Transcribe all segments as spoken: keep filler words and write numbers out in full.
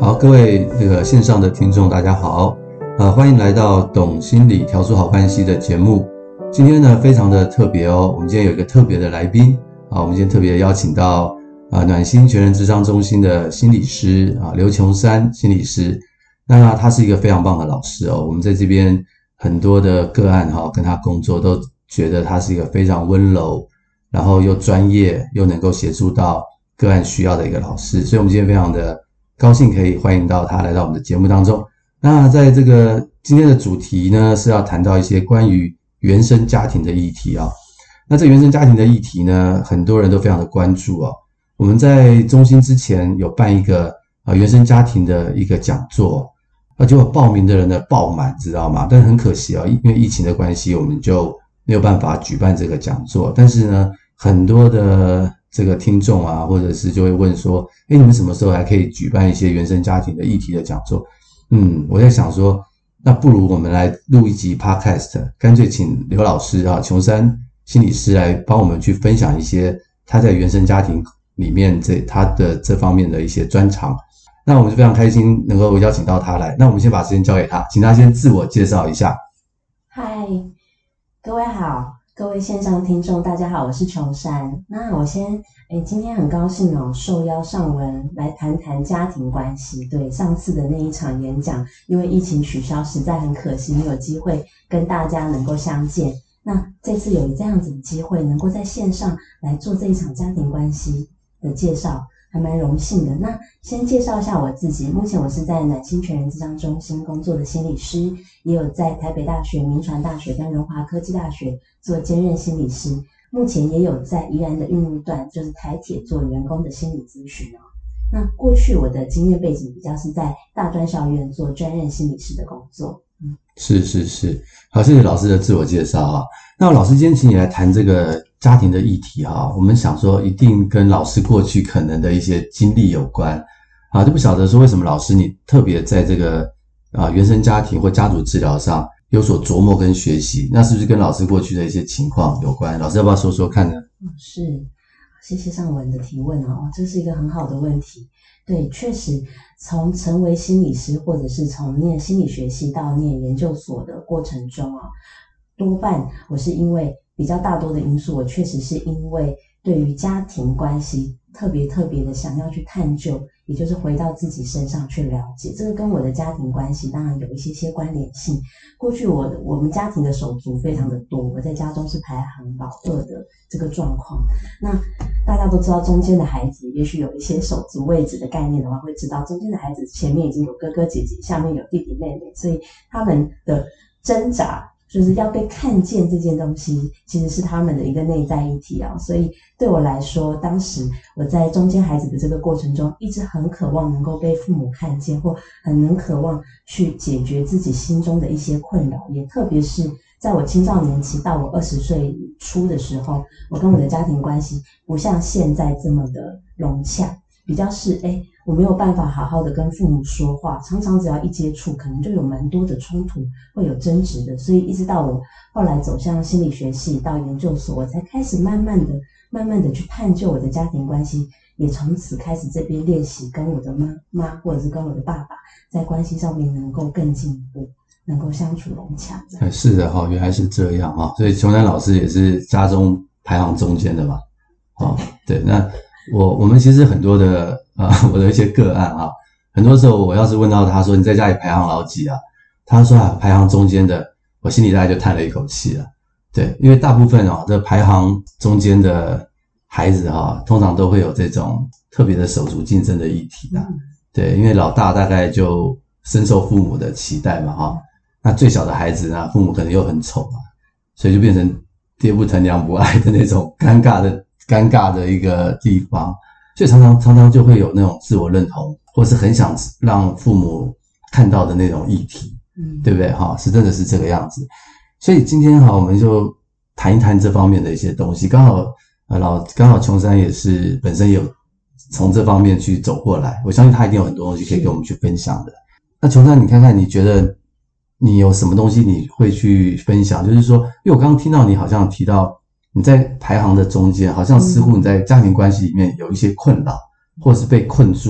好，各位这个线上的听众大家好，呃，欢迎来到懂心理调出好关系的节目。今天呢非常的特别哦，我们今天有一个特别的来宾啊，我们今天特别邀请到啊暖心全人咨商中心的心理师啊刘琼珊心理师。那他是一个非常棒的老师哦，我们在这边很多的个案哈、哦、跟他工作都觉得他是一个非常温柔，然后又专业又能够协助到个案需要的一个老师，所以我们今天非常的高兴可以欢迎到他来到我们的节目当中。那在这个今天的主题呢，是要谈到一些关于原生家庭的议题啊、哦。那这原生家庭的议题呢，很多人都非常的关注哦。我们在中心之前有办一个呃原生家庭的一个讲座，那结果报名的人呢爆满，知道吗？但是很可惜啊、哦，因为疫情的关系，我们就没有办法举办这个讲座。但是呢，很多的这个听众啊，或者是就会问说，诶，你们什么时候还可以举办一些原生家庭的议题的讲座？嗯，我在想说，那不如我们来录一集 podcast， 干脆请刘老师啊，琼珊心理师来帮我们去分享一些他在原生家庭里面这他的这方面的一些专长。那我们就非常开心能够邀请到他来。那我们先把时间交给他，请他先自我介绍一下。 嗨，各位好。各位线上听众大家好，我是琼珊。那我先诶今天很高兴哦，受邀上文来谈谈家庭关系。对，上次的那一场演讲因为疫情取消，实在很可惜没有机会跟大家能够相见。那这次有这样子的机会能够在线上来做这一场家庭关系的介绍，还蛮荣幸的。那先介绍一下我自己，目前我是在暖心全人咨商中心工作的心理师，也有在台北大学、民传大学跟荣华科技大学做兼任心理师，目前也有在宜兰的运路段，就是台铁做员工的心理咨询哦。那过去我的经验背景比较是在大专校院做专任心理师的工作。嗯， 是是是，好，谢谢老师的自我介绍啊。那老师今天请你来谈这个家庭的议题哈，我们想说一定跟老师过去可能的一些经历有关啊，就不晓得说为什么老师你特别在这个啊原生家庭或家族治疗上有所琢磨跟学习，那是不是跟老师过去的一些情况有关？老师要不要说说看呢？ 是，谢谢上文的提问哦，这是一个很好的问题。对，确实从成为心理师或者是从念心理学系到念研究所的过程中啊，多半我是因为比较大多的因素，我确实是因为对于家庭关系特别特别的想要去探究，也就是回到自己身上去了解。这个跟我的家庭关系当然有一些些关联性。过去我的我们家庭的手足非常的多，我在家中是排行老二的这个状况。那大家都知道中间的孩子，也许有一些手足位置的概念的话，会知道中间的孩子前面已经有哥哥姐姐，下面有弟弟妹妹，所以他们的挣扎就是要被看见这件东西，其实是他们的一个内在议题啊。所以对我来说，当时我在中间孩子的这个过程中，一直很渴望能够被父母看见，或很能渴望去解决自己心中的一些困扰。也特别是在我青少年期到我二十岁初的时候，我跟我的家庭关系不像现在这么的融洽，比较是诶我没有办法好好的跟父母说话，常常只要一接触可能就有蛮多的冲突，会有争执的。所以一直到我后来走向心理学系到研究所，我才开始慢慢的慢慢的去探究我的家庭关系，也从此开始这边练习跟我的妈妈或者是跟我的爸爸在关系上面能够更进一步，能够相处融洽。 是的哈，原来是这样哈，所以琼珊老师也是家中排行中间的嘛。哦，对，那我我们其实很多的啊、呃，我的一些个案啊，很多时候我要是问到他说你在家里排行老几啊，他说啊排行中间的，我心里大概就叹了一口气了。对，因为大部分啊这排行中间的孩子啊，通常都会有这种特别的手足竞争的议题啊。对，因为老大大概就深受父母的期待嘛哈，那最小的孩子呢，父母可能又很丑嘛，所以就变成爹不疼娘不爱的那种尴尬的。尴尬的一个地方，所以常常常常就会有那种自我认同，或是很想让父母看到的那种议题，嗯，对不对哈？是真的是这个样子。所以今天哈，我们就谈一谈这方面的一些东西。刚好呃老刚好琼珊也是本身也有从这方面去走过来，我相信他一定有很多东西可以跟我们去分享的。那琼珊，你看看你觉得你有什么东西你会去分享？就是说，因为我刚刚听到你好像提到。你在排行的中间，好像似乎你在家庭关系里面有一些困扰，或者是被困住，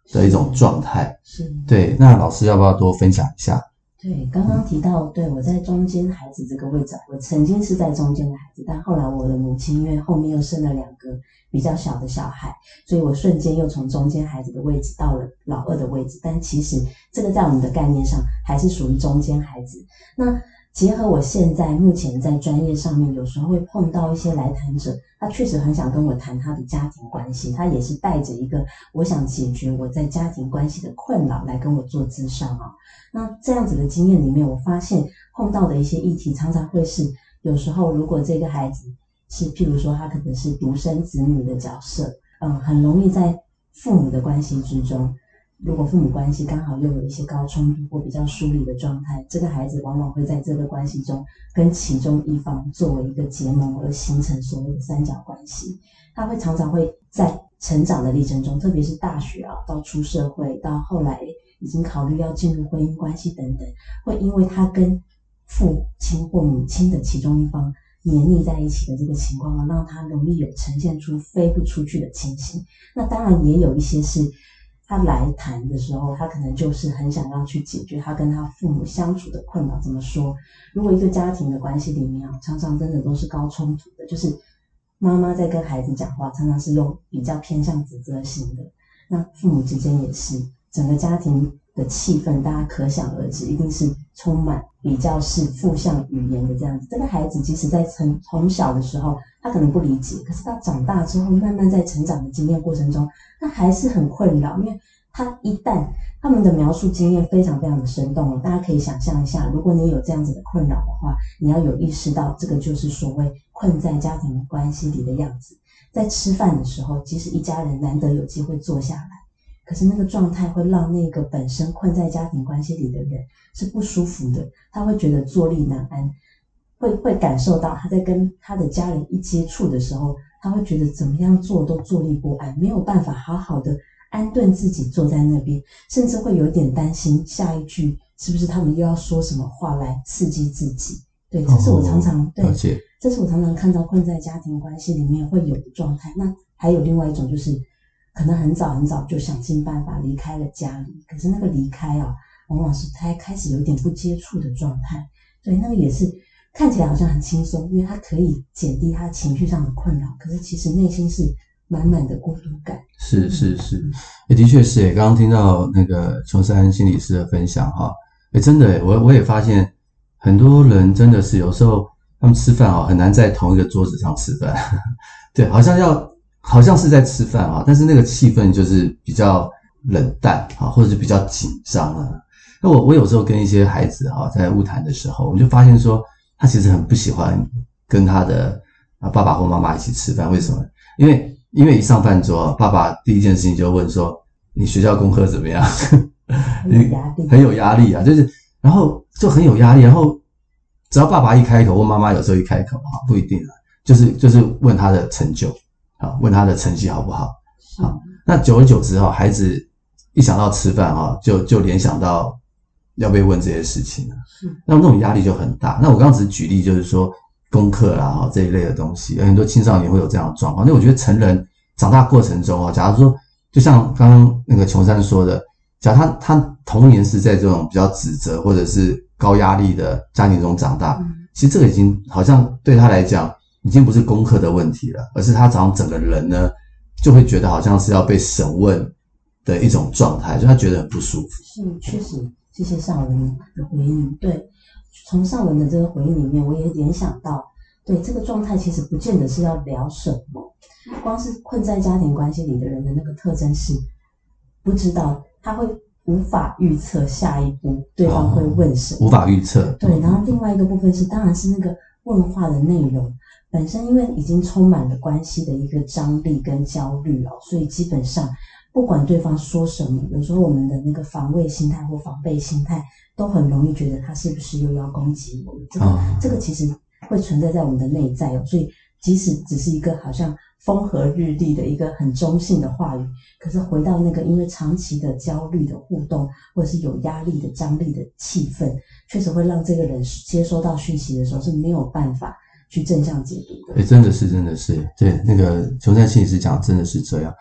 的一种状态。 是， 对，那老师要不要多分享一下？ 对，刚刚提到，对，我在中间孩子这个位置，我曾经是在中间的孩子，但后来我的母亲因为后面又生了两个比较小的小孩，所以我瞬间又从中间孩子的位置到了老二的位置，但其实这个在我们的概念上还是属于中间孩子。那结合我现在目前在专业上面，有时候会碰到一些来谈者，他确实很想跟我谈他的家庭关系，他也是带着一个我想解决我在家庭关系的困扰来跟我做咨商啊。那这样子的经验里面，我发现碰到的一些议题常常会是，有时候如果这个孩子是譬如说他可能是独生子女的角色，嗯，很容易在父母的关系之中，如果父母关系刚好又有一些高冲突或比较疏离的状态，这个孩子往往会在这个关系中跟其中一方作为一个结盟而形成所谓的三角关系。他会常常会在成长的历程中，特别是大学啊，到出社会，到后来已经考虑要进入婚姻关系等等，会因为他跟父亲或母亲的其中一方黏腻在一起的这个情况，让他容易有呈现出飞不出去的情形。那当然也有一些是他来谈的时候，他可能就是很想要去解决他跟他父母相处的困扰。怎么说？如果一个家庭的关系里面啊，常常真的都是高冲突的，就是妈妈在跟孩子讲话，常常是用比较偏向指责型的，那父母之间也是，整个家庭的气氛大家可想而知，一定是充满比较是负向语言的这样子。这个孩子即使在从从小的时候他可能不理解，可是他长大之后慢慢在成长的经验过程中，他还是很困扰，因为他一旦他们的描述经验非常非常的生动，大家可以想象一下，如果你有这样子的困扰的话，你要有意识到这个就是所谓困在家庭关系里的样子。在吃饭的时候，即使一家人难得有机会坐下来，可是那个状态会让那个本身困在家庭关系里的人是不舒服的，他会觉得坐立难安，会会感受到他在跟他的家人一接触的时候，他会觉得怎么样做都坐立不安，没有办法好好的安顿自己坐在那边，甚至会有一点担心下一句是不是他们又要说什么话来刺激自己。对，这是我常常、哦、对，这是我常常看到困在家庭关系里面会有的状态。那还有另外一种就是可能很早很早就想尽办法离开了家里，可是那个离开啊，往往是他开始有点不接触的状态。对，那个也是看起来好像很轻松，因为他可以减低他情绪上的困扰，可是其实内心是满满的孤独感。 是是是，也的确是诶，刚刚听到那个琼珊心理师的分享哈，诶真的诶，我我也发现很多人真的是有时候他们吃饭啊，很难在同一个桌子上吃饭，对，好像要好像是在吃饭啊，但是那个气氛就是比较冷淡啊，或者是比较紧张啊。那我我有时候跟一些孩子哈在晤谈的时候，我就发现说他其实很不喜欢跟他的啊爸爸或妈妈一起吃饭，为什么？因为因为一上饭桌，爸爸第一件事情就问说你学校功课怎么样？ 很有压力， 很有压力啊，就是然后就很有压力，然后只要爸爸一开口或妈妈有时候一开口哈，不一定啊，就是就是问他的成就啊，问他的成绩好不好？好，那久而久之哈，孩子一想到吃饭哈，就就联想到要被问这些事情了，那那种压力就很大。那我刚刚只是举例，就是说功课啦哈这一类的东西，很多青少年会有这样的状况。那我觉得成人长大过程中啊，假如说就像刚刚那个琼珊说的，假如他他童年是在这种比较指责或者是高压力的家庭中长大，其实这个已经好像对他来讲已经不是功课的问题了，而是他早上整个人呢就会觉得好像是要被审问的一种状态，就他觉得很不舒服。 是，确实，谢谢尚文的回应。对，从尚文的这个回应里面，我也联想到，对这个状态其实不见得是要聊什么，光是困在家庭关系里的人的那个特征是不知道，他会无法预测下一步对方会问什么， 哦、无法预测。 对，然后另外一个部分是，当然是那个问话的内容本身，因为已经充满了关系的一个张力跟焦虑哦，所以基本上不管对方说什么，有时候我们的那个防卫心态或防备心态都很容易觉得他是不是又要攻击我，这个、哦、这个其实会存在在我们的内在哦，所以即使只是一个好像风和日丽的一个很中性的话语，可是回到那个因为长期的焦虑的互动，或者是有压力的张力的气氛，确实会让这个人接收到讯息的时候是没有办法去正向解读的。 欸、真的是真的是对，那个琼珊心理师讲真的是这样。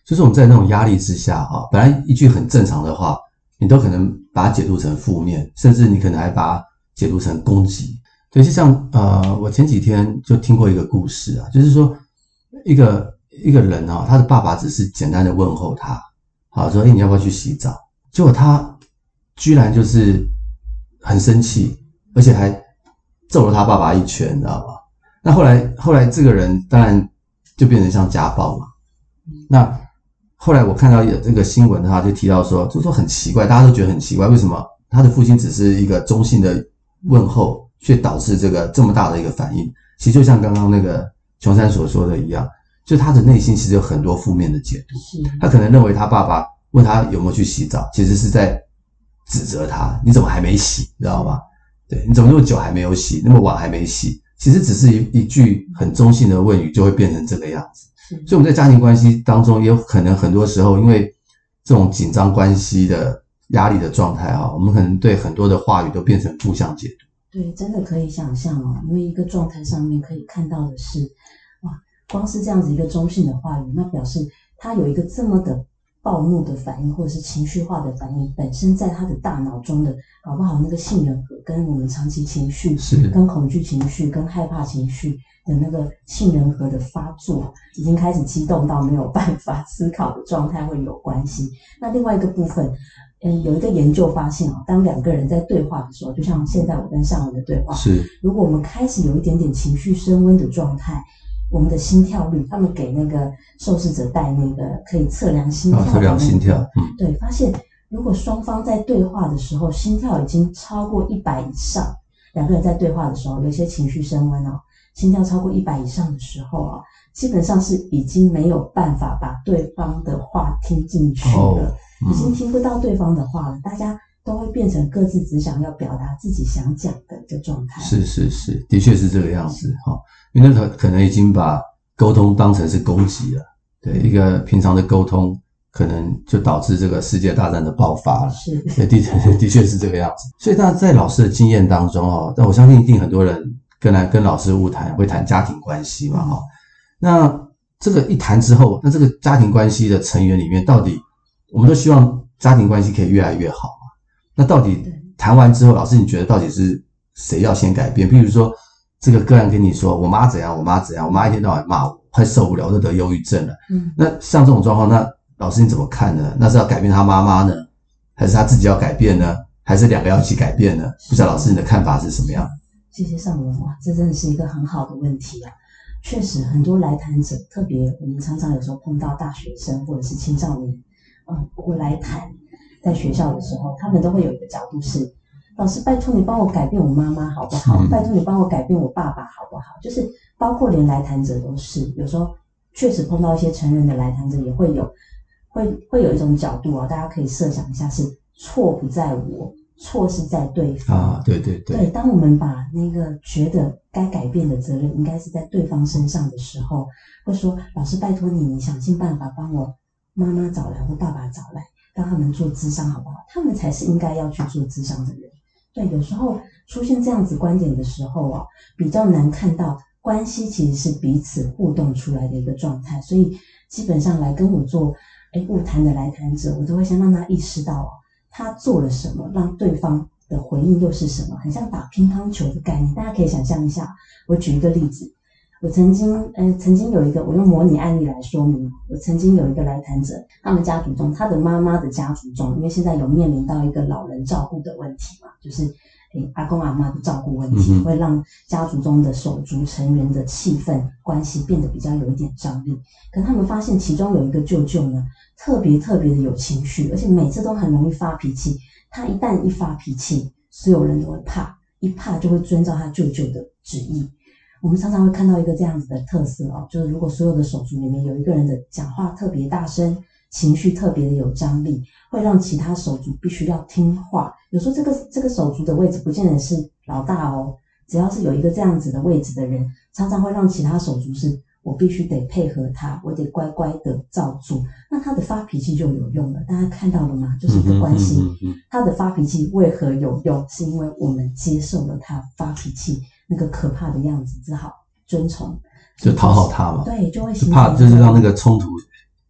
就是我们在那种压力之下啊，本来一句很正常的话，你都可能把它解读成负面，甚至你可能还把它解读成攻击。对，就像呃，我前几天就听过一个故事啊，就是说一个一个人啊，他的爸爸只是简单的问候他，好说，哎，你要不要去洗澡？结果他居然就是很生气，而且还揍了他爸爸一拳，你知道吗？那后来后来这个人当然就变成像家暴嘛。那后来我看到有这个新闻的话，就提到说，就说很奇怪，大家都觉得很奇怪，为什么他的父亲只是一个中性的问候，却导致这个这么大的一个反应？其实就像刚刚那个琼山所说的一样，就他的内心其实有很多负面的解读。他可能认为他爸爸问他有没有去洗澡，其实是在指责他，你怎么还没洗，你知道吗？对，你怎么那么久还没有洗，那么晚还没洗？其实只是一一句很中性的问语，就会变成这个样子。所以我们在家庭关系当中，也有可能很多时候因为这种紧张关系的压力的状态啊，我们可能对很多的话语都变成负向解读。 对，真的可以想象哦，因为一个状态上面可以看到的是，哇，光是这样子一个中性的话语，那表示他有一个这么的暴怒的反应，或者是情绪化的反应，本身在他的大脑中的，搞不好那个杏仁核跟我们长期情绪、跟恐惧情绪、跟害怕情绪的那个杏仁核的发作，已经开始激动到没有办法思考的状态会有关系。那另外一个部分，嗯，有一个研究发现哦，当两个人在对话的时候，就像现在我跟尚文的对话， 是， 如果我们开始有一点点情绪升温的状态，我们的心跳率，他们给那个受试者戴那个可以测量心跳的、那个哦、 测量心跳，嗯， 对，发现如果双方在对话的时候，心跳已经超过一百以上，两个人在对话的时候，有一些情绪升温哦，心跳超过一百以上的时候啊，基本上是已经没有办法把对方的话听进去了，哦嗯、已经听不到对方的话了，大家都会变成各自只想要表达自己想讲的一个状态。 是是是，的确是这个样子哈、哦，因为那可能已经把沟通当成是攻击了，对一个平常的沟通，可能就导致这个世界大战的爆发了。 是， 的的的确是这个样子。所以那在老师的经验当中哦，但我相信一定很多人跟来跟老师晤谈会谈家庭关系嘛哈、哦。那这个一谈之后，那这个家庭关系的成员里面，到底我们都希望家庭关系可以越来越好嘛？那到底谈完之后，老师你觉得到底是谁要先改变？比如说这个个案跟你说，我妈怎样，我妈怎样，我妈一天到晚骂我，快受不了，我都得忧郁症了。嗯，那像这种状况，那老师你怎么看呢？那是要改变他妈妈呢，还是他自己要改变呢？还是两个要一起改变呢？不知道老师你的看法是什么样？ 谢谢尚文，哇，这真的是一个很好的问题啊！确实，很多来谈者，特别我们常常有时候碰到大学生或者是青少年，嗯，会来谈，在学校的时候，他们都会有一个角度是，老师拜托你帮我改变我妈妈好不好？拜托你帮我改变我爸爸好不好？就是包括连来谈者都是，有时候确实碰到一些成人的来谈者也会有，会会有一种角度啊，大家可以设想一下，是错不在我。错是在对方啊，对对对， 对。当我们把那个觉得该改变的责任应该是在对方身上的时候，会说老师拜托你，你想尽办法帮我妈妈找来或爸爸找来，让他们做咨商好不好？他们才是应该要去做咨商的人。对，有时候出现这样子观点的时候啊，比较难看到关系其实是彼此互动出来的一个状态，所以基本上来跟我做诶晤谈的来谈者，我都会先让他意识到啊。他做了什么，让对方的回应又是什么？很像打乒乓球的概念，大家可以想象一下。我举一个例子，我曾经，呃，曾经有一个，我用模拟案例来说明。我曾经有一个来谈者，他们家族中，他的妈妈的家族中，因为现在有面临到一个老人照顾的问题嘛，就是，诶，阿公阿嬷的照顾问题，嗯、会让家族中的手足成员的气氛关系变得比较有一点张力。可他们发现其中有一个舅舅呢。特别特别的有情绪，而且每次都很容易发脾气。他一旦一发脾气，所有人都会怕，一怕就会遵照他舅舅的旨意。我们常常会看到一个这样子的特色哦，就是如果所有的手足里面有一个人的讲话特别大声，情绪特别的有张力，会让其他手足必须要听话。有时候这个这个手足的位置不见得是老大哦，只要是有一个这样子的位置的人，常常会让其他手足是。我必须得配合他，我得乖乖的照做，那他的发脾气就有用了。大家看到了吗？就是一个关系，嗯嗯嗯嗯、他的发脾气为何有用？是因为我们接受了他发脾气那个可怕的样子，只好遵从， 就讨好他嘛。 对，就会形成怕就是让那个冲突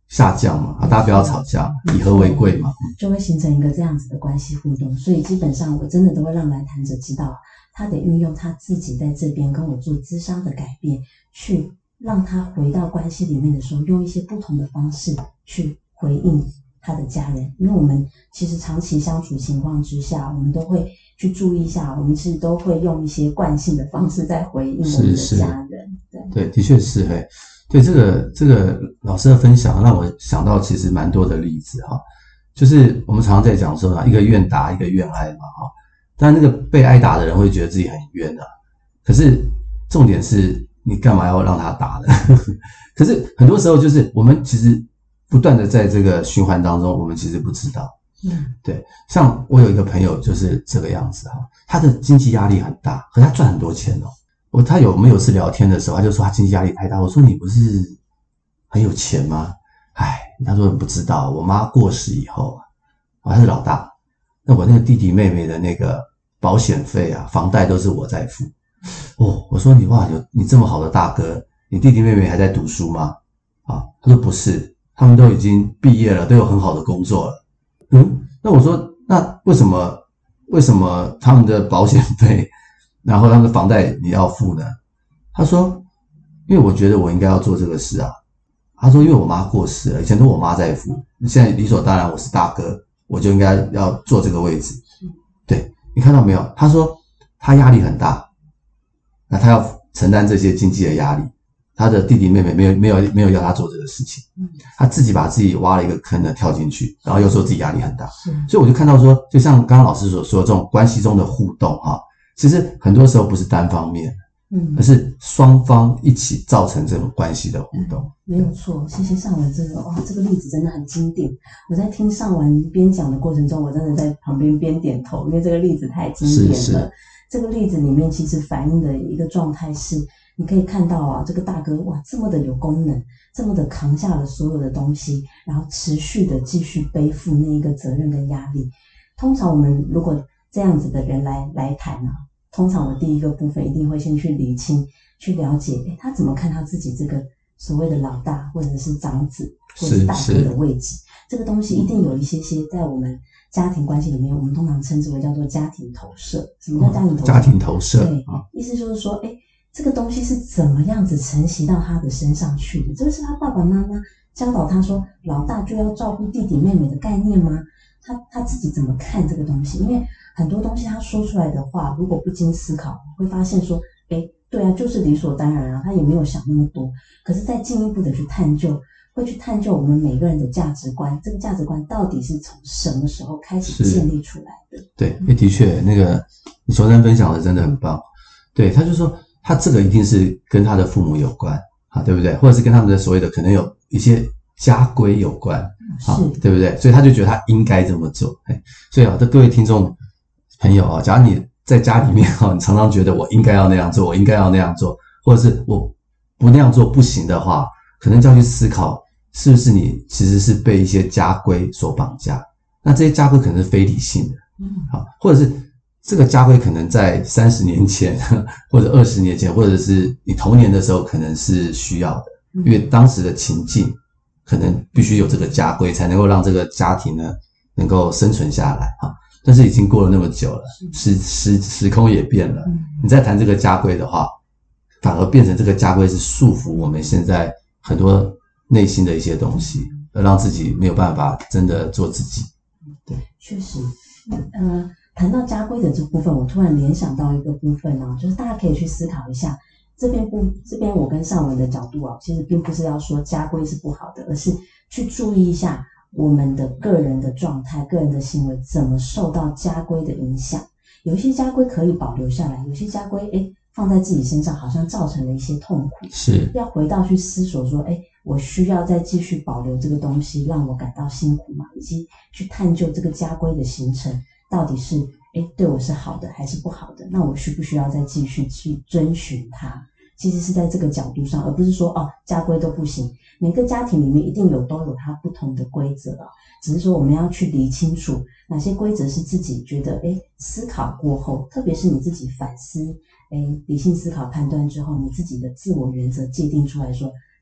下降嘛，啊，大家不要吵架，以和为贵嘛， 就会形成一个这样子的关系互动。所以基本上我真的都会让来谈者知道，他得运用他自己在这边跟我做咨商的改变，去让他回到关系里面的时候，用一些不同的方式去回应他的家人。因为我们其实长期相处情况之下，我们都会去注意一下，我们其实都会用一些惯性的方式在回应我们的家人。 是是对对，的确是嘿。对，这个这个老师的分享让我想到其实蛮多的例子哈，就是我们常常在讲说啊，一个愿打一个愿挨嘛哈，但那个被挨打的人会觉得自己很冤啊，可是重点是你干嘛要让他打呢？可是很多时候就是我们其实不断的在这个循环当中，我们其实不知道。 嗯， 对，像我有一个朋友就是这个样子哈，他的经济压力很大，可是他赚很多钱哦。我他有我们有次聊天的时候，他就说他经济压力太大。我说你不是很有钱吗？哎，他说你不知道，我妈过世以后啊，他是老大，那我那个弟弟妹妹的那个保险费啊、房贷都是我在付。哦，我说你哇，有你这么好的大哥，你弟弟妹妹还在读书吗？啊，他说不是，他们都已经毕业了，都有很好的工作了。嗯，那我说那为什么为什么他们的保险费？然后他们的房贷你要付呢？他说，因为我觉得我应该要做这个事啊。他说，因为我妈过世了，以前都我妈在付，现在理所当然我是大哥，我就应该要做这个位置。对，你看到没有？他说他压力很大，那他要承担这些经济的压力。他的弟弟妹妹没有没有没有要他做这个事情，他自己把自己挖了一个坑呢跳进去，然后又说自己压力很大。所以我就看到说，就像刚刚老师所说的这种关系中的互动哈。其实很多时候不是单方面，嗯，而是双方一起造成这种关系的互动。 嗯、没有错，谢谢尚文这个哇，这个例子真的很经典。我在听尚文边讲的过程中，我真的在旁边边点头，因为这个例子太经典了。是是这个例子里面其实反映的一个状态是，你可以看到啊，这个大哥哇这么的有功能，这么的扛下了所有的东西，然后持续的继续背负那一个责任跟压力。通常我们如果这样子的人来来谈啊，通常我第一个部分一定会先去理清，去了解，诶，他怎么看他自己这个所谓的老大或者是长子或者是大哥的位置，这个东西一定有一些些在我们家庭关系里面，我们通常称之为叫做家庭投射。什么叫家庭投射？ 家庭投射， 对，意思就是说，诶，这个东西是怎么样子承袭到他的身上去的？这个是他爸爸妈妈教导他说，老大就要照顾弟弟妹妹的概念吗？他他自己怎么看这个东西？因为很多东西他说出来的话，如果不经思考，会发现说，诶，对啊，就是理所当然啊，他也没有想那么多。可是再进一步的去探究，会去探究我们每个人的价值观，这个价值观到底是从什么时候开始建立出来的？ 对，也的确，那个你昨天分享的真的很棒。对，他就说他这个一定是跟他的父母有关啊，对不对？或者是跟他们的所谓的可能有一些家规有关啊，对不对？所以他就觉得他应该这么做。所以啊，这各位听众朋友啊，假如你在家里面啊，你常常觉得我应该要那样做，我应该要那样做，或者是我不那样做不行的话，可能就要去思考，是不是你其实是被一些家规所绑架？那这些家规可能是非理性的，嗯，好，或者是这个家规可能在三十年前，或者二十年前，或者是你童年的时候，可能是需要的，因为当时的情境可能必须有这个家规，才能够让这个家庭呢能够生存下来啊。但是已经过了那么久了，时时时空也变了，你再谈这个家规的话，反而变成这个家规是束缚我们现在很多内心的一些东西，而让自己没有办法真的做自己。对， 确实，呃，谈到家规的这部分，我突然联想到一个部分哦，就是大家可以去思考一下，这边不这边我跟尚文的角度啊，其实并不是要说家规是不好的，而是去注意一下我们的个人的状态、个人的行为怎么受到家规的影响。有一些家规可以保留下来，有些家规诶放在自己身上好像造成了一些痛苦， 是要回到去思索说，诶我需要再继续保留这个东西让我感到辛苦吗？以及去探究这个家规的形成到底是诶对我是好的还是不好的，那我需不需要再继续去遵循它？其实是在这个角度上，而不是说哦家规都不行。每个家庭里面一定有都有它不同的规则啊，只是说我们要去理清楚哪些规则是自己觉得诶思考过后，特别是你自己反思诶理性思考判断之后，你自己的自我原则界定出来说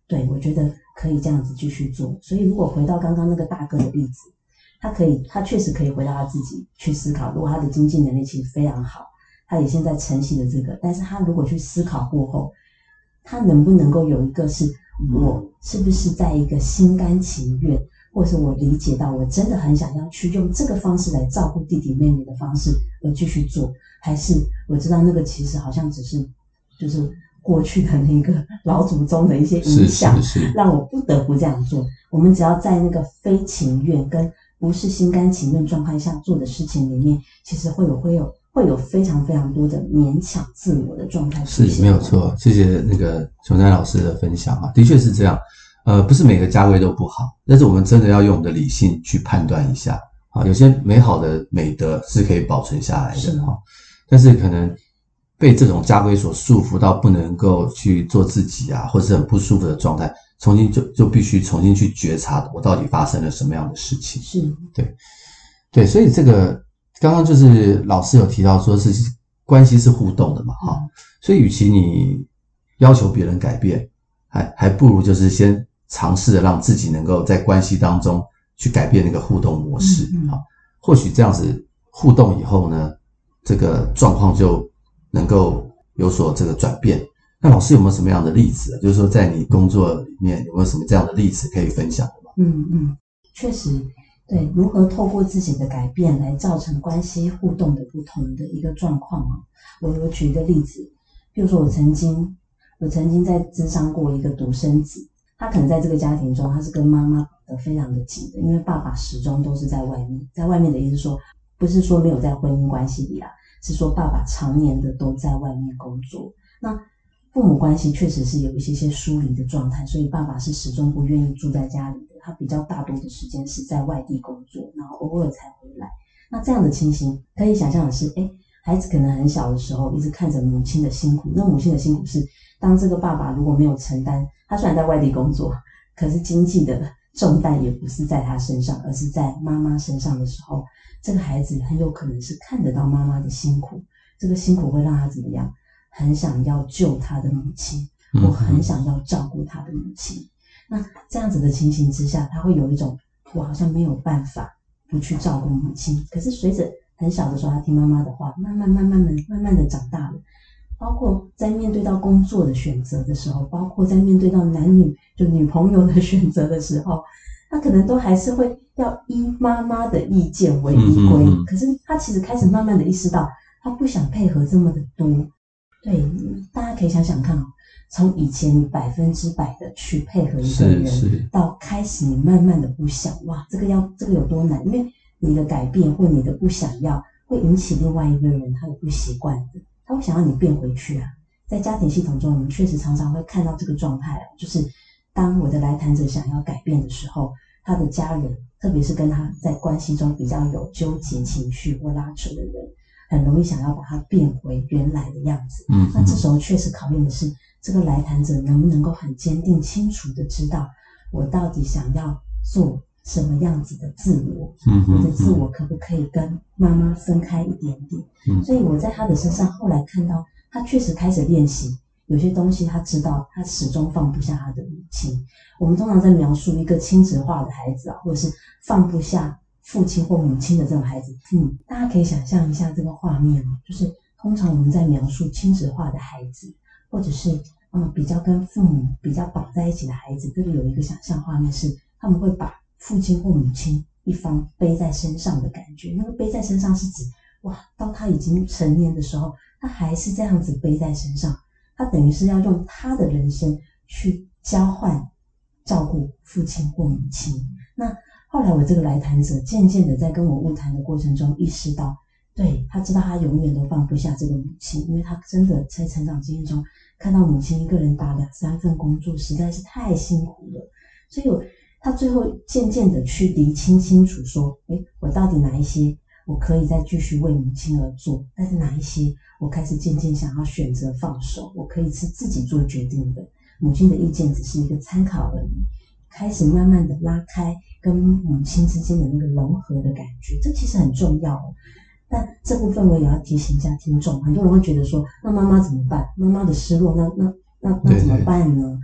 对，我觉得可以这样子继续做。所以如果回到刚刚那个大哥的例子，他可以，他确实可以回到他自己去思考，如果他的经济能力其实非常好，他也现在承袭了这个，但是他如果去思考过后，他能不能够有一个是我是不是在一个心甘情愿，或者是我理解到我真的很想要去用这个方式来照顾弟弟妹妹的方式而继续做，还是我知道那个其实好像只是就是过去的那个老祖宗的一些影响， 是是是让我不得不这样做。我们只要在那个非情愿跟不是心甘情愿状态下做的事情里面，其实会有会有会有非常非常多的勉强自我的状态出现。 是没有错，谢谢那个琼丹老师的分享啊，的确是这样。呃，不是每个家规都不好，但是我们真的要用我们的理性去判断一下啊。有些美好的美德是可以保存下来的哈，但是可能被这种家规所束缚到不能够去做自己啊，或者是很不舒服的状态，重新就就必须重新去觉察我到底发生了什么样的事情。 是， 对，对，所以这个刚刚就是老师有提到说是关系是互动的嘛，哈、嗯，所以与其你要求别人改变，还还不如就是先尝试着让自己能够在关系当中去改变那个互动模式， 嗯嗯， 好，或许这样子互动以后呢，这个状况就能够有所这个转变。那老师有没有什么样的例子？就是说在你工作里面有没有什么这样的例子可以分享的吗？ 嗯嗯，确实，对，如何透过自己的改变来造成关系互动的不同的一个状况啊。我我举一个例子，比如说我曾经我曾经在諮商过一个独生子，他可能在这个家庭中他是跟妈妈的非常的紧的，因为爸爸始终都是在外面，在外面的意思说不是说没有在婚姻关系里啊，是说爸爸常年的都在外面工作。那父母关系确实是有一些些疏离的状态，所以爸爸是始终不愿意住在家里的，他比较大多的时间是在外地工作，然后偶尔才回来。那这样的情形可以想象的是，诶，孩子可能很小的时候一直看着母亲的辛苦，那母亲的辛苦是当这个爸爸如果没有承担，他虽然在外地工作，可是经济的重担也不是在他身上，而是在妈妈身上的时候，这个孩子很有可能是看得到妈妈的辛苦，这个辛苦会让他怎么样，很想要救他的母亲，或很想要照顾他的母亲。那这样子的情形之下，他会有一种我好像没有办法不去照顾母亲，可是随着很小的时候他听妈妈的话，慢慢慢慢的慢慢的长大了，包括在面对到工作的选择的时候，包括在面对到男女就女朋友的选择的时候，他可能都还是会要依妈妈的意见为依归，嗯嗯嗯，可是他其实开始慢慢的意识到他不想配合这么的多。对，大家可以想想看哦，从以前你百分之百的去配合一个人，到开始你慢慢的不想，哇，这个要这个有多难？因为你的改变或你的不想要，会引起另外一个人他的不习惯的，他会想要你变回去啊。在家庭系统中，我们确实常常会看到这个状态，就是当我的来谈者想要改变的时候，他的家人，特别是跟他在关系中比较有纠结情绪或拉扯的人，很容易想要把它变回原来的样子。嗯，那这时候确实考验的是这个来谈者能不能够很坚定清楚的知道我到底想要做什么样子的自我，嗯，我的自我可不可以跟妈妈分开一点点。嗯，所以我在他的身上后来看到他确实开始练习有些东西，他知道他始终放不下他的母亲。我们通常在描述一个亲子化的孩子啊，或者是放不下父亲或母亲的这种孩子，嗯，大家可以想象一下这个画面哦，就是通常我们在描述亲子化的孩子，或者是嗯比较跟父母比较绑在一起的孩子，这里有一个想象画面是他们会把父亲或母亲一方背在身上的感觉。那个背在身上是指哇，到他已经成年的时候，他还是这样子背在身上，他等于是要用他的人生去交换照顾父亲或母亲。那后来我这个来谈者渐渐的在跟我晤谈的过程中意识到，对，他知道他永远都放不下这个母亲，因为他真的在成长经验中看到母亲一个人打两三份工作实在是太辛苦了，所以我他最后渐渐的去厘清清楚说，诶，我到底哪一些我可以再继续为母亲而做，但是哪一些我开始渐渐想要选择放手，我可以是自己做决定的，母亲的意见只是一个参考而已，开始慢慢的拉开跟母亲之间的那个融合的感觉，这其实很重要哦。但这部分我也要提醒一下听众，很多人会觉得说，那妈妈怎么办？妈妈的失落，那那那那怎么办呢？ 对，对，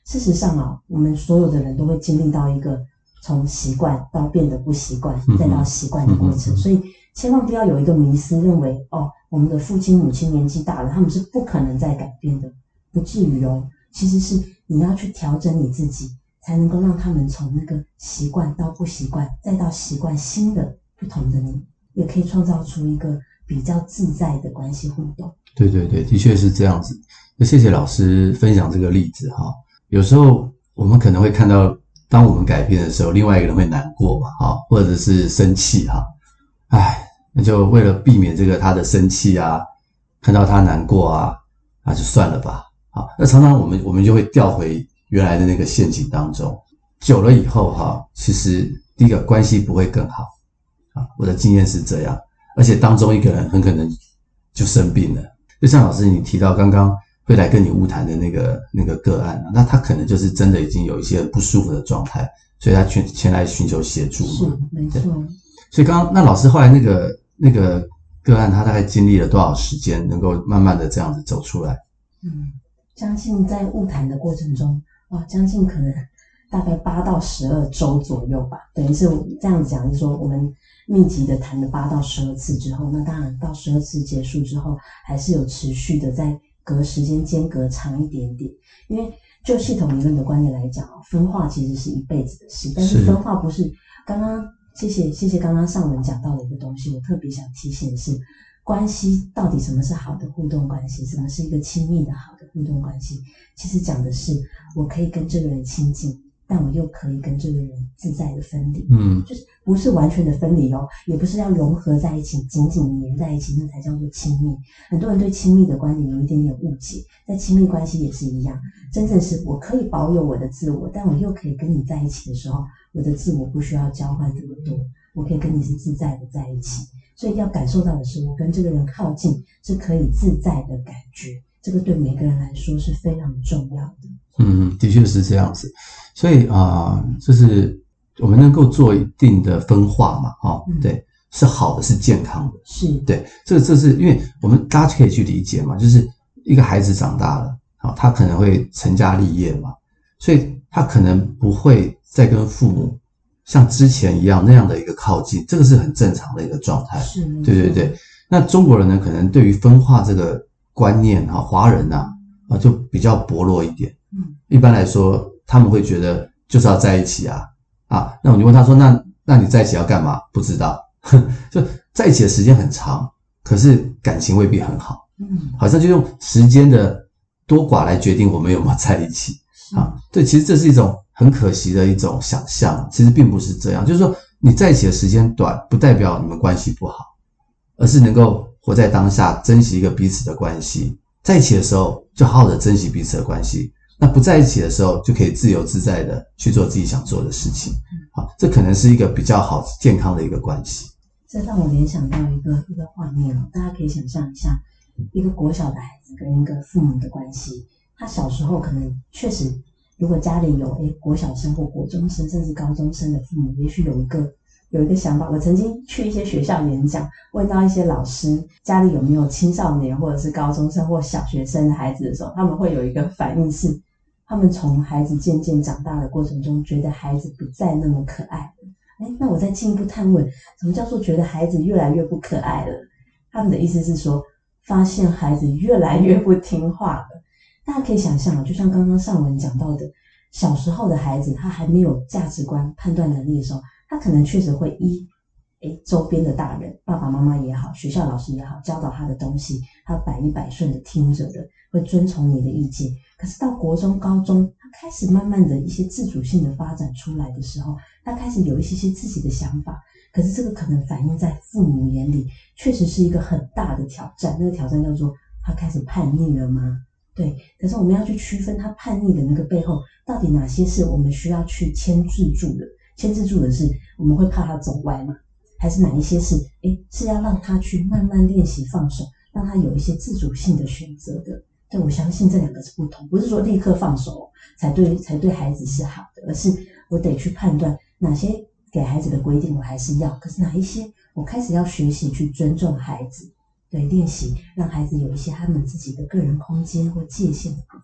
事实上啊，我们所有的人都会经历到一个从习惯到变得不习惯，再到习惯的过程，所以千万不要有一个迷思，认为哦，我们的父亲母亲年纪大了，他们是不可能再改变的，不至于哦。其实是你要去调整你自己，才能够让他们从那个习惯到不习惯，再到习惯新的不同的你，也可以创造出一个比较自在的关系互动。 对对对，的确是这样子。那谢谢老师分享这个例子哈。有时候我们可能会看到，当我们改变的时候，另外一个人会难过嘛，哈，或者是生气哈。唉，那就为了避免这个他的生气啊，看到他难过啊，那就算了吧。好，那常常我们我们就会掉回原来的那个陷阱当中。久了以后哈，其实第一个关系不会更好啊，我的经验是这样，而且当中一个人很可能就生病了。就像老师你提到刚刚会来跟你晤谈的那个那个个案，那他可能就是真的已经有一些不舒服的状态，所以他前前来寻求协助嘛。 是，没错。 所以刚刚那老师后来那个那个个案，他大概经历了多少时间，能够慢慢的这样子走出来？ 嗯，将近在晤谈的过程中，哇，将近可能大概八到十二周左右吧。等于是这样讲，就是说我们密集的谈了八到十二次之后，那当然到十二次结束之后，还是有持续的在隔时间间隔长一点点。因为就系统理论的观点来讲，分化其实是一辈子的事，但是分化不是刚刚谢谢谢谢刚刚上文讲到的一个东西，我特别想提醒的是，关系到底什么是好的互动关系，什么是一个亲密的好的互动关系，其实讲的是我可以跟这个人亲近，但我又可以跟这个人自在的分离，嗯，就是不是完全的分离哦，也不是要融合在一起，紧紧黏在一起，那才叫做亲密。很多人对亲密的观点有一点点误解，在亲密关系也是一样，真正是我可以保有我的自我，但我又可以跟你在一起的时候，我的自我不需要交换这么多，我可以跟你是自在的在一起。所以要感受到的是，我跟这个人靠近是可以自在的感觉，这个对每个人来说是非常重要的。 嗯，的确是这样子。所以啊、呃，就是我们能够做一定的分化嘛，哦，嗯、对，是好的，是健康的， 是对。这个这是因为我们大家可以去理解嘛，就是一个孩子长大了，啊、哦，他可能会成家立业嘛，所以他可能不会再跟父母像之前一样那样的一个靠近，这个是很正常的一个状态。 是， 对对对。那中国人呢，可能对于分化这个观念，哈，华人呐、啊，啊，就比较薄弱一点。嗯，一般来说，他们会觉得就是要在一起啊，啊，那我就问他说，那那你在一起要干嘛？不知道，就在一起的时间很长，可是感情未必很好。嗯，好像就用时间的多寡来决定我们有没有在一起啊。对，其实这是一种很可惜的一种想象，其实并不是这样。就是说，你在一起的时间短，不代表你们关系不好，而是能够活在当下，珍惜一个彼此的关系。在一起的时候，就好好的珍惜彼此的关系。那不在一起的时候，就可以自由自在的去做自己想做的事情。好，这可能是一个比较好健康的一个关系。 这让我联想到一个一个画面哦，大家可以想象一下，一个国小的孩子跟一个父母的关系。他小时候可能确实，如果家里有诶国小生或国中生甚至高中生的父母，也许有一个有一个想法。我曾经去一些学校演讲，问到一些老师家里有没有青少年或者是高中生或小学生的孩子的时候，他们会有一个反应是，他们从孩子渐渐长大的过程中，觉得孩子不再那么可爱了。诶，那我再进一步探问，什么叫做觉得孩子越来越不可爱了？他们的意思是说，发现孩子越来越不听话了。大家可以想象，就像刚刚上文讲到的，小时候的孩子他还没有价值观判断能力的时候，他可能确实会依诶周边的大人，爸爸妈妈也好，学校老师也好，教导他的东西，他百依百顺的听着的，会遵从你的意见。可是到国中高中，他开始慢慢的一些自主性的发展出来的时候，他开始有一些些自己的想法，可是这个可能反映在父母眼里确实是一个很大的挑战。那个挑战叫做他开始叛逆了吗？对，可是我们要去区分他叛逆的那个背后，到底哪些是我们需要去牵制住的？牵制住的是我们会怕他走歪吗？还是哪一些是诶是要让他去慢慢练习放手，让他有一些自主性的选择的？对，我相信这两个是不同，不是说立刻放手才对才对孩子是好的，而是我得去判断哪些给孩子的规定我还是要，可是哪一些我开始要学习去尊重孩子。对，练习让孩子有一些他们自己的个人空间或界限的部分。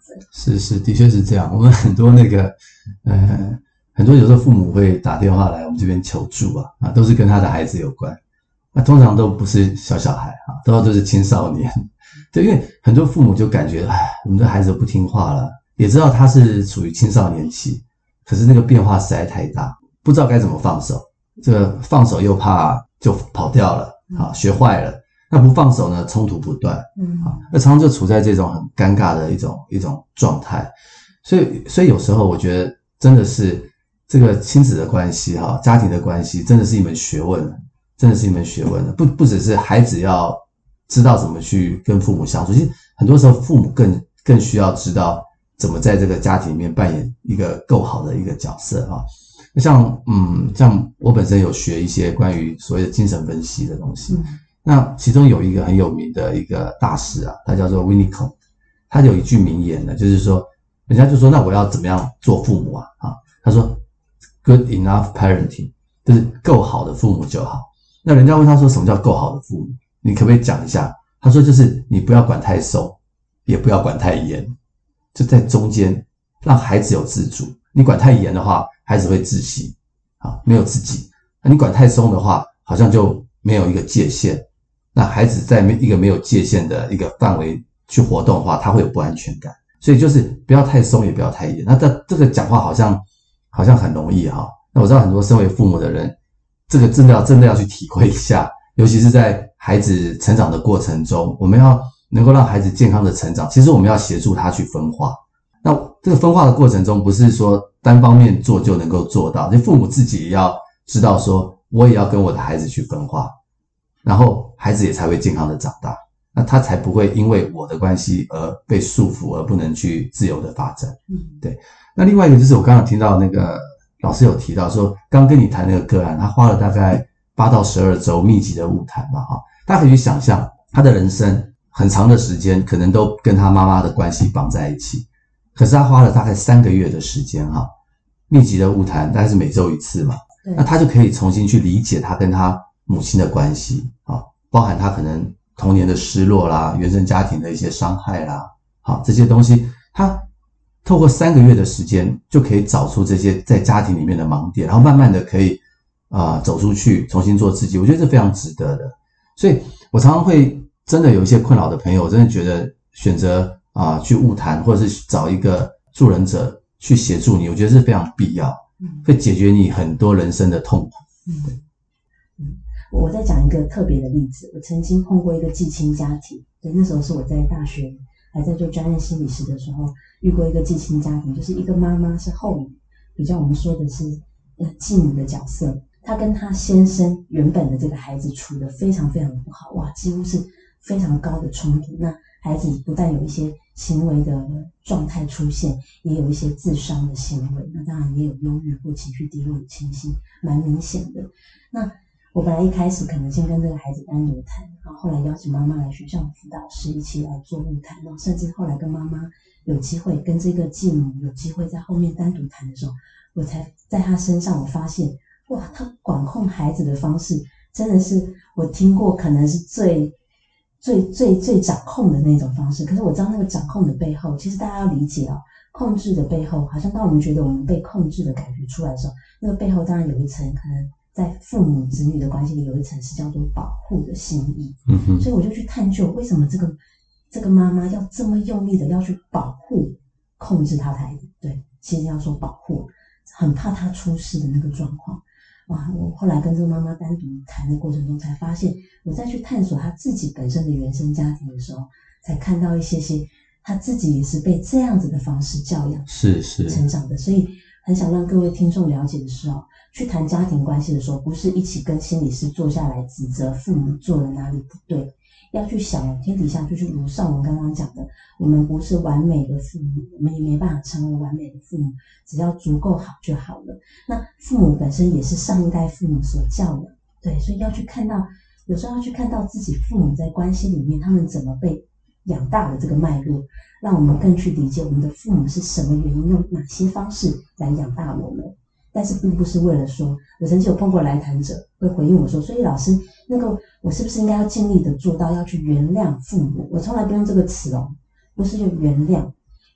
分。 是是，的确是这样。我们很多那个呃，很多有时候父母会打电话来我们这边求助啊，啊，都是跟他的孩子有关。那通常都不是小小孩啊，都都是青少年。对，因为很多父母就感觉，哎，我们的孩子不听话了，也知道他是处于青少年期，可是那个变化实在太大，不知道该怎么放手。这个放手又怕就跑掉了，啊，学坏了。那不放手呢，冲突不断，嗯，啊，那常常就处在这种很尴尬的一种一种状态。所以，所以有时候我觉得真的是这个亲子的关系，哈，家庭的关系，真的是一门学问，真的是一门学问。不不只是孩子要知道怎么去跟父母相处，其实很多时候父母更更需要知道怎么在这个家庭里面扮演一个够好的一个角色啊。那像嗯，像我本身有学一些关于所谓的精神分析的东西。嗯，那其中有一个很有名的一个大师啊，他叫做 Winnicott， 他有一句名言呢，就是说，人家就说那我要怎么样做父母啊？啊，他说 good enough parenting， 就是够好的父母就好。那人家问他说什么叫够好的父母？你可不可以讲一下？他说就是你不要管太松，也不要管太严，就在中间，让孩子有自主。你管太严的话，孩子会窒息，啊，没有自己。那你管太松的话，好像就没有一个界限。那孩子在一个没有界限的一个范围去活动的话，他会有不安全感。所以就是不要太松，也不要太严。那这这个讲话好像好像很容易哈。那我知道很多身为父母的人，这个真的要真的要去体会一下，尤其是在孩子成长的过程中，我们要能够让孩子健康的成长，其实我们要协助他去分化。那这个分化的过程中，不是说单方面做就能够做到，就父母自己也要知道说，我也要跟我的孩子去分化。然后孩子也才会健康的长大，那他才不会因为我的关系而被束缚，而不能去自由的发展。嗯，对。那另外一个就是我刚刚听到那个老师有提到说，刚跟你谈那个个案，他花了大概八到十二周密集的晤谈嘛，哈，大家可以去想象他的人生很长的时间可能都跟他妈妈的关系绑在一起，可是他花了大概三个月的时间哈，密集的晤谈大概是每周一次嘛，那他就可以重新去理解他跟他母亲的关系啊，包含他可能童年的失落啦，原生家庭的一些伤害啦，好，这些东西，他透过三个月的时间就可以找出这些在家庭里面的盲点，然后慢慢的可以啊、呃、走出去，重新做自己，我觉得这非常值得的。所以我常常会真的有一些困扰的朋友，我真的觉得选择啊、呃、去晤谈，或者是找一个助人者去协助你，我觉得是非常必要，会解决你很多人生的痛苦。对。 我再讲一个特别的例子，我曾经碰过一个继亲家庭，对，那时候是我在大学还在做专业心理师的时候，遇过一个继亲家庭，就是一个妈妈是后母，比较我们说的是呃继母的角色，她跟她先生原本的这个孩子处得非常非常的不好，哇，几乎是非常高的冲突。那孩子不但有一些行为的状态出现，也有一些自伤的行为，那当然也有忧郁或情绪低落的情形，蛮明显的。那我本来一开始可能先跟这个孩子单独谈，然后后来邀请妈妈来学校辅导室一起来做晤谈，然后甚至后来跟妈妈有机会跟这个继母有机会在后面单独谈的时候，我才在他身上我发现，哇，他管控孩子的方式真的是我听过可能是最最最最掌控的那种方式。可是我知道那个掌控的背后，其实大家要理解哦，控制的背后，好像当我们觉得我们被控制的感觉出来的时候，那个背后当然有一层可能在父母子女的关系里有一层是叫做保护的心意。嗯哼，所以我就去探究为什么这个这个妈妈要这么用力的要去保护控制她的孩子。对，其实要说保护，很怕她出事的那个状况。哇，我后来跟这个妈妈单独谈的过程中才发现，我再去探索她自己本身的原生家庭的时候，才看到一些些她自己也是被这样子的方式教养是是成长的。所以很想让各位听众了解的是哦，去谈家庭关系的时候，不是一起跟心理师坐下来指责父母做了哪里不对，要去想天底下就是如上文刚刚讲的，我们不是完美的父母，我们也没办法成为完美的父母，只要足够好就好了。那父母本身也是上一代父母所教养，对，所以要去看到，有时候要去看到自己父母在关系里面他们怎么被养大的这个脉络，让我们更去理解我们的父母是什么原因，用哪些方式来养大我们。但是并不是为了说，我曾经有碰过来谈者会回应我说，所以老师，那个我是不是应该要尽力的做到要去原谅父母？我从来不用这个词哦，不是用原谅，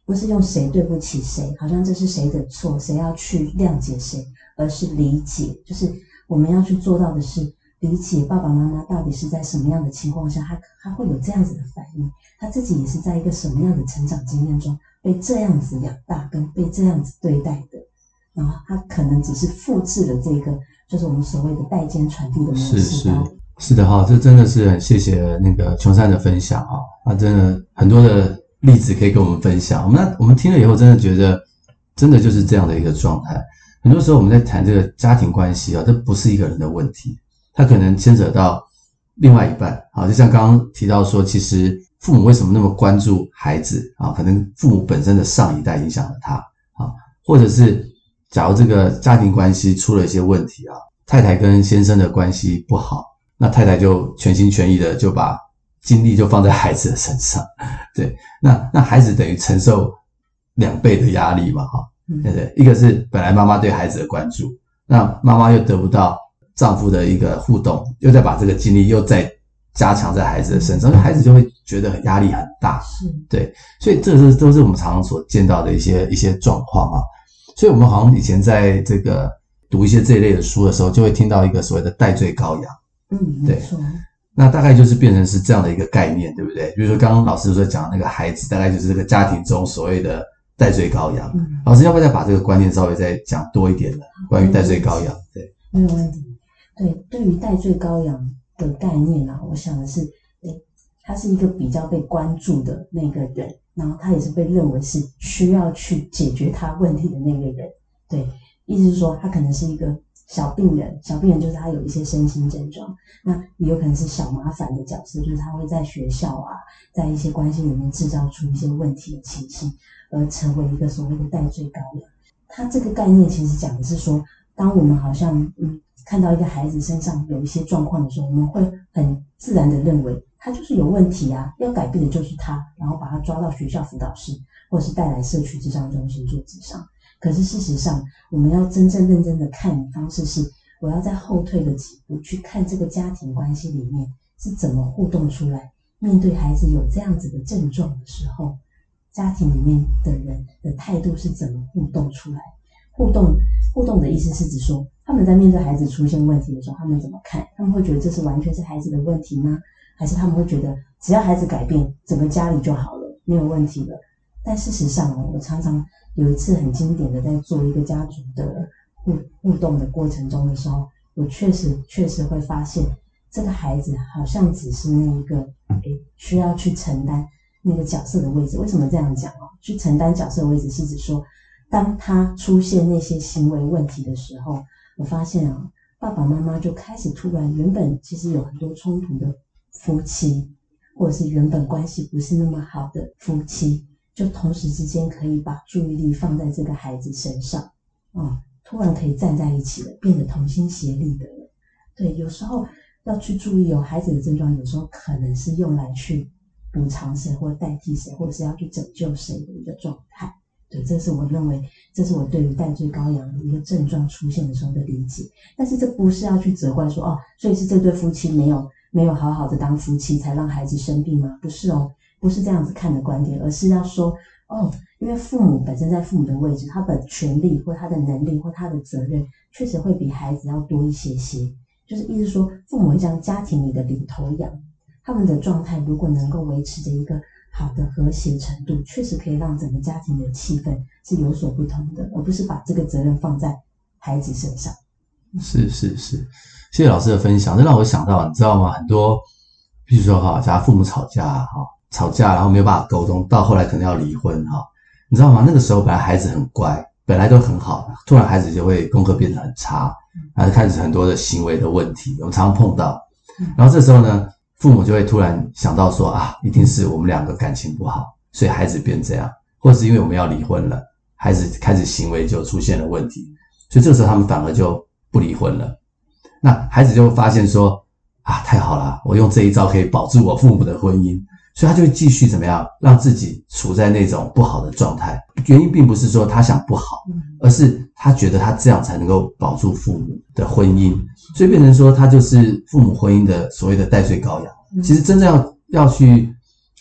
不是用谁对不起谁，好像这是谁的错，谁要去谅解谁，而是理解，就是我们要去做到的是理解爸爸妈妈到底是在什么样的情况下，他他会有这样子的反应，他自己也是在一个什么样的成长经验中被这样子养大，跟被这样子对待的，然后他可能只是复制了这个，就是我们所谓的代间传递的模式。 是是是的哈，这真的是很谢谢那个琼珊的分享哈，他真的很多的例子可以跟我们分享。我们那我们听了以后，真的觉得真的就是这样的一个状态。很多时候我们在谈这个家庭关系啊，这不是一个人的问题，它可能牵扯到另外一半啊。就像刚刚提到说，其实父母为什么那么关注孩子啊？可能父母本身的上一代影响了他啊，或者是假如这个家庭关系出了一些问题啊，太太跟先生的关系不好，那太太就全心全意的就把精力就放在孩子的身上，对，那那孩子等于承受两倍的压力嘛，哈，对不对？一个是本来妈妈对孩子的关注，那妈妈又得不到丈夫的一个互动，又再把这个精力又再加强在孩子的身上，孩子就会觉得压力很大，对，所以这是都是我们常常所见到的一些一些状况啊。所以我们好像以前在这个读一些这一类的书的时候，就会听到一个所谓的代罪羔羊， 嗯， 对，那大概就是变成是这样的一个概念，对不对？比如说刚刚老师所讲那个孩子，大概就是这个家庭中所谓的代罪羔羊。嗯，老师要不要再把这个观念稍微再讲多一点呢？关于代罪羔羊，对， 没有问题。对，对于代罪羔羊的概念啊，我想的是，诶，他是一个比较被关注的那个人，然后他也是被认为是需要去解决他问题的那个人。对，意思是说他可能是一个小病人，小病人就是他有一些身心症状，那也有可能是小麻烦的角色，就是他会在学校啊，在一些关系里面制造出一些问题的情形，而成为一个所谓的代罪羔羊。他这个概念其实讲的是说，当我们好像嗯看到一个孩子身上有一些状况的时候，我们会很自然的认为他就是有问题啊，要改变的就是他，然后把他抓到学校辅导室，或者是带来社区諮商中心做諮商。可是事实上，我们要真正认真的看的方式是，我要在后退的几步去看这个家庭关系里面是怎么互动出来。面对孩子有这样子的症状的时候，家庭里面的人的态度是怎么互动出来？互动互动的意思是指说，他们在面对孩子出现问题的时候，他们怎么看？他们会觉得这是完全是孩子的问题吗？还是他们会觉得只要孩子改变，整个家里就好了，没有问题了？但事实上我常常有一次很经典的在做一个家族的互互动的过程中的时候，我确实确实会发现，这个孩子好像只是那一个诶需要去承担那个角色的位置。为什么这样讲哦？去承担角色的位置是指说，当他出现那些行为问题的时候，我发现啊，爸爸妈妈就开始突然原本其实有很多冲突的夫妻，或者是原本关系不是那么好的夫妻，就同时之间可以把注意力放在这个孩子身上，哦，突然可以站在一起了，变得同心协力的了。对，有时候要去注意哦，孩子的症状有时候可能是用来去补偿谁或代替谁，或者是要去拯救谁的一个状态。对，这是我认为，这是我对于代罪羔羊的一个症状出现的时候的理解。但是这不是要去责怪说，哦，所以是这对夫妻没有没有好好的当夫妻才让孩子生病吗？不是哦，不是这样子看的观点，而是要说，哦，因为父母本身在父母的位置，他的权利或他的能力或他的责任确实会比孩子要多一些些，就是意思说，父母会将家庭里的领头羊，他们的状态如果能够维持着一个好的和谐程度，确实可以让整个家庭的气氛是有所不同的，而不是把这个责任放在孩子身上。 是是是，谢谢老师的分享，这让我想到，你知道吗？很多，比如说哈，假如父母吵架哈，吵架然后没有办法沟通，到后来可能要离婚哈，你知道吗？那个时候本来孩子很乖，本来都很好，突然孩子就会功课变得很差，然后开始很多的行为的问题，我们常常碰到。然后这时候呢，父母就会突然想到说啊，一定是我们两个感情不好，所以孩子变这样，或者是因为我们要离婚了，孩子开始行为就出现了问题，所以这个时候他们反而就不离婚了。那孩子就会发现说啊，太好了，我用这一招可以保住我父母的婚姻，所以他就会继续怎么样，让自己处在那种不好的状态。原因并不是说他想不好，而是他觉得他这样才能够保住父母的婚姻，所以变成说他就是父母婚姻的所谓的代罪羔羊。其实真正要要去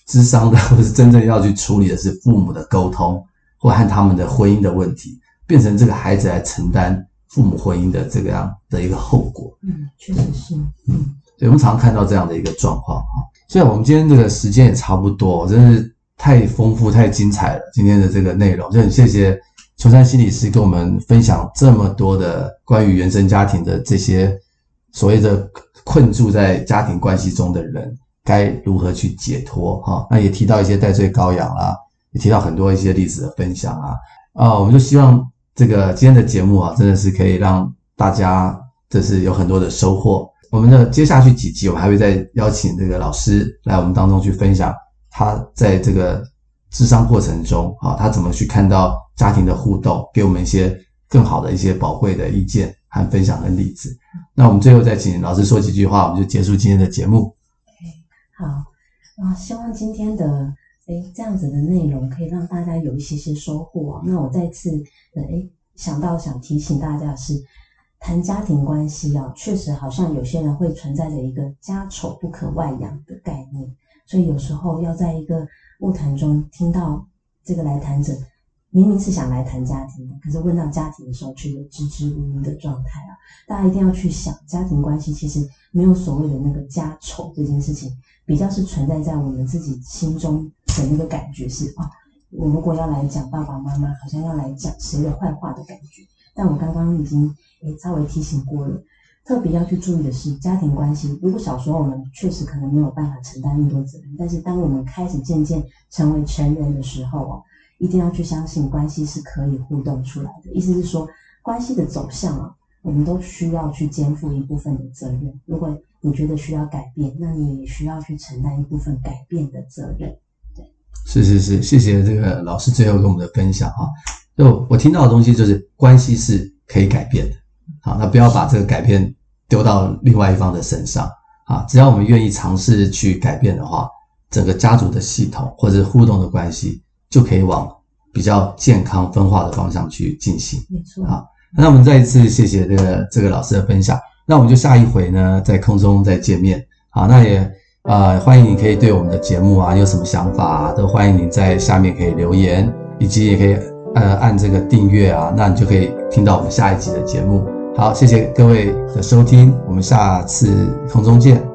諮商的，或是真正要去处理的是父母的沟通，或和他们的婚姻的问题，变成这个孩子来承担父母婚姻的这个样的一个后果。 嗯，确实是。 嗯，所以我们常常看到这样的一个状况啊。虽然我们今天这个时间也差不多，真是太丰富、太精彩了，今天的这个内容，就很谢谢琼珊心理师跟我们分享这么多的关于原生家庭的这些所谓的困住在家庭关系中的人该如何去解脱哈。那也提到一些代罪羔羊啦，也提到很多一些例子的分享啊。啊，我们就希望这个今天的节目啊，真的是可以让大家就是有很多的收获。我们的接下去几集，我们还会再邀请这个老师来我们当中去分享他在这个諮商过程中啊，他怎么去看到家庭的互动，给我们一些更好的一些宝贵的意见和分享的例子。那我们最后再请老师说几句话，我们就结束今天的节目。 好啊，希望今天的诶这样子的内容可以让大家有一些些收获。那我再次的诶想到想提醒大家的是，谈家庭关系啊，确实好像有些人会存在着一个家丑不可外扬的概念，所以有时候要在一个晤谈中听到这个来谈者明明是想来谈家庭的，可是问到家庭的时候却有支支吾吾的状态啊。大家一定要去想，家庭关系其实没有所谓的那个家丑这件事情，比较是存在在我们自己心中的那个感觉是啊，我如果要来讲爸爸妈妈，好像要来讲谁的坏话的感觉。但我刚刚已经诶稍微提醒过了，特别要去注意的是家庭关系。如果小时候我们确实可能没有办法承担那么多责任，但是当我们开始渐渐成为成人的时候哦，一定要去相信关系是可以互动出来的。意思是说，关系的走向啊，我们都需要去肩负一部分的责任。如果你觉得需要改变，那你也需要去承担一部分改变的责任。对， 是是是，谢谢这个老师最后跟我们的分享哈。就我听到的东西就是关系是可以改变的，好，那不要把这个改变丢到另外一方的身上啊。只要我们愿意尝试去改变的话，整个家族的系统或者互动的关系就可以往比较健康分化的方向去进行。 没错。 好，那我们再一次谢谢这个这个老师的分享。那我们就下一回呢，在空中再见面。好，那也呃欢迎你可以对我们的节目啊有什么想法啊，都欢迎你在下面可以留言，以及也可以呃按这个订阅啊，那你就可以听到我们下一集的节目。好，谢谢各位的收听，我们下次空中见。